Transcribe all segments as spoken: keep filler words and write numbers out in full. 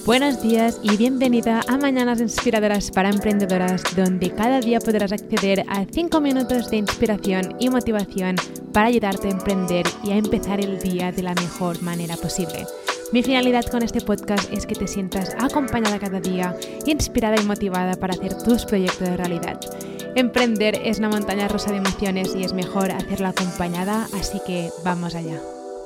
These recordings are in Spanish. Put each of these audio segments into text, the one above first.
Buenos días y bienvenida a Mañanas Inspiradoras para Emprendedoras, donde cada día podrás acceder a cinco minutos de inspiración y motivación para ayudarte a emprender y a empezar el día de la mejor manera posible. Mi finalidad con este podcast es que te sientas acompañada cada día, inspirada y motivada para hacer tus proyectos de realidad. Emprender es una montaña rusa de emociones y es mejor hacerlo acompañada, así que vamos allá.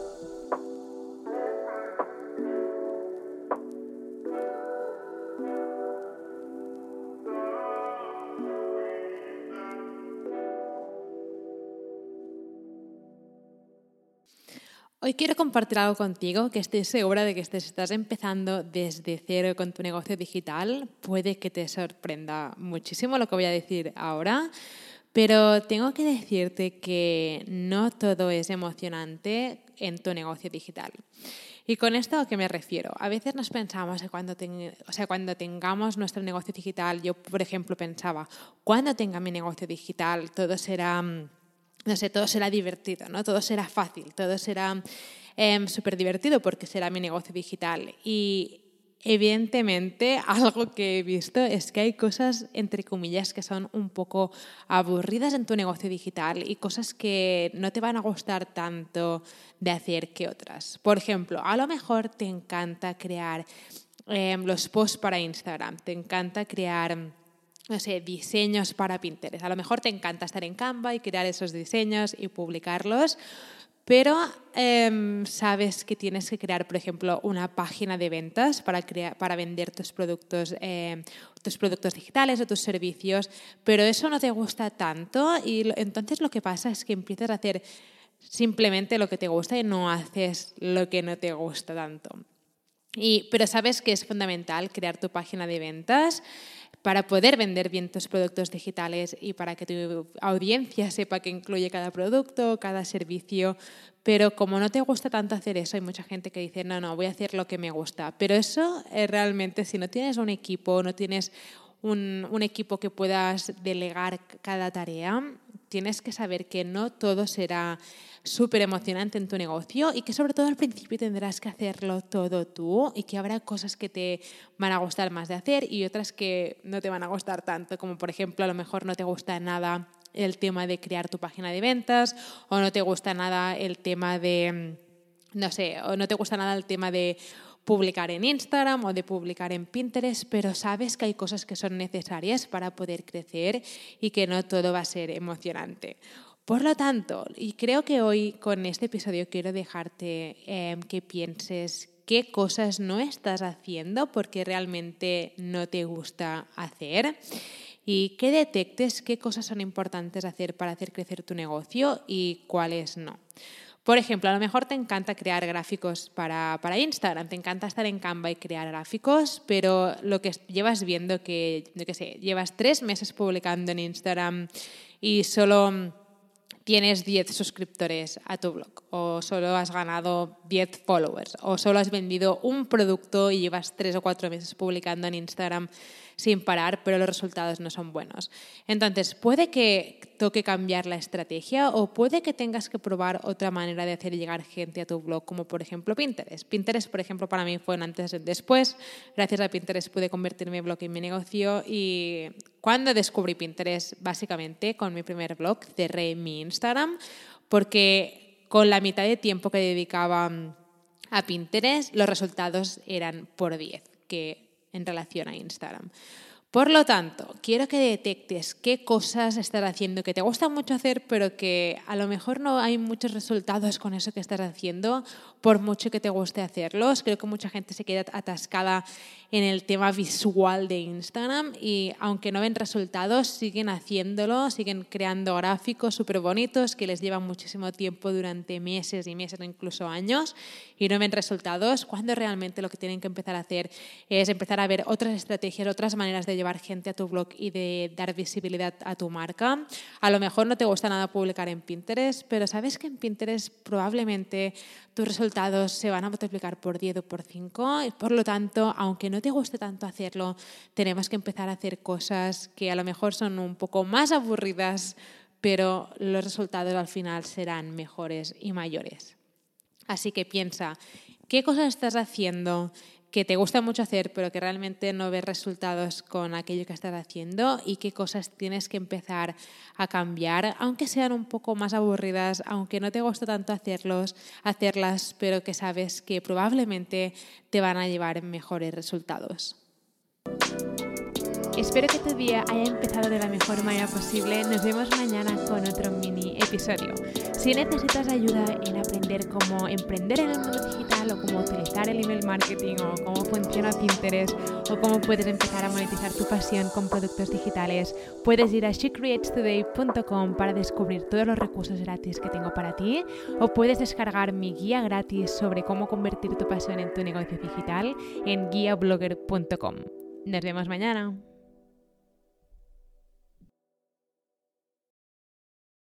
Hoy quiero compartir algo contigo que estoy segura de que si estás empezando desde cero con tu negocio digital, puede que te sorprenda muchísimo lo que voy a decir ahora, pero tengo que decirte que no todo es emocionante en tu negocio digital. ¿Y con esto a qué me refiero? A veces nos pensamos que cuando, ten, o sea, cuando tengamos nuestro negocio digital, yo por ejemplo pensaba, cuando tenga mi negocio digital todo será... No sé, todo será divertido, ¿no? Todo será fácil, todo será eh, súper divertido porque será mi negocio digital. Y evidentemente algo que he visto es que hay cosas, entre comillas, que son un poco aburridas en tu negocio digital y cosas que no te van a gustar tanto de hacer que otras. Por ejemplo, a lo mejor te encanta crear eh, los posts para Instagram, te encanta crear... no sé, diseños para Pinterest. A lo mejor te encanta estar en Canva y crear esos diseños y publicarlos, pero eh, sabes que tienes que crear, por ejemplo, una página de ventas para, crear, para vender tus productos, eh, tus productos digitales o tus servicios, pero eso no te gusta tanto y lo, entonces lo que pasa es que empiezas a hacer simplemente lo que te gusta y no haces lo que no te gusta tanto. Y, pero sabes que es fundamental crear tu página de ventas para poder vender bien tus productos digitales y para que tu audiencia sepa qué incluye cada producto, cada servicio. Pero como no te gusta tanto hacer eso, hay mucha gente que dice, no, no, voy a hacer lo que me gusta. Pero eso es realmente, si no tienes un equipo, no tienes un, un equipo que puedas delegar cada tarea, tienes que saber que no todo será súper emocionante en tu negocio y que sobre todo al principio tendrás que hacerlo todo tú y que habrá cosas que te van a gustar más de hacer y otras que no te van a gustar tanto, como por ejemplo a lo mejor no te gusta nada el tema de crear tu página de ventas o no te gusta nada el tema de, no sé, o no te gusta nada el tema de publicar en Instagram o de publicar en Pinterest, pero sabes que hay cosas que son necesarias para poder crecer y que no todo va a ser emocionante. Por lo tanto, y creo que hoy con este episodio quiero dejarte eh, que pienses qué cosas no estás haciendo porque realmente no te gusta hacer y que detectes qué cosas son importantes hacer para hacer crecer tu negocio y cuáles no. Por ejemplo, a lo mejor te encanta crear gráficos para, para Instagram, te encanta estar en Canva y crear gráficos, pero lo que llevas viendo que, yo qué sé, llevas tres meses publicando en Instagram y solo tienes diez suscriptores a tu blog o solo has ganado diez followers o solo has vendido un producto y llevas tres o cuatro meses publicando en Instagram sin parar, pero los resultados no son buenos. Entonces, puede que toque cambiar la estrategia o puede que tengas que probar otra manera de hacer llegar gente a tu blog, como por ejemplo Pinterest. Pinterest, por ejemplo, para mí fue un antes y un después. Gracias a Pinterest pude convertir mi blog en mi negocio y cuando descubrí Pinterest, básicamente con mi primer blog, cerré mi Instagram porque con la mitad de tiempo que dedicaba a Pinterest, los resultados eran por diez, que en relación a Instagram. Por lo tanto, quiero que detectes qué cosas estás haciendo que te gusta mucho hacer, pero que a lo mejor no hay muchos resultados con eso que estás haciendo, por mucho que te guste hacerlos. Creo que mucha gente se queda atascada en el tema visual de Instagram y aunque no ven resultados, siguen haciéndolo, siguen creando gráficos súper bonitos que les llevan muchísimo tiempo durante meses y meses o incluso años y no ven resultados, cuando realmente lo que tienen que empezar a hacer es empezar a ver otras estrategias, otras maneras de llevar gente a tu blog y de dar visibilidad a tu marca. A lo mejor no te gusta nada publicar en Pinterest, pero sabes que en Pinterest probablemente tus resultados se van a multiplicar por diez o por cinco y por lo tanto, aunque no te guste tanto hacerlo, tenemos que empezar a hacer cosas que a lo mejor son un poco más aburridas, pero los resultados al final serán mejores y mayores. Así que piensa, ¿qué cosas estás haciendo que te gusta mucho hacer, pero que realmente no ves resultados con aquello que estás haciendo y qué cosas tienes que empezar a cambiar, aunque sean un poco más aburridas, aunque no te guste tanto hacerlos, hacerlas, pero que sabes que probablemente te van a llevar mejores resultados. Espero que tu día haya empezado de la mejor manera posible. Nos vemos mañana con otro mini episodio. Si necesitas ayuda en aprender cómo emprender en el mundo digital o cómo utilizar el email marketing o cómo funciona Pinterest o cómo puedes empezar a monetizar tu pasión con productos digitales, puedes ir a she creates today punto com para descubrir todos los recursos gratis que tengo para ti, o puedes descargar mi guía gratis sobre cómo convertir tu pasión en tu negocio digital en guía blogger punto com. Nos vemos mañana.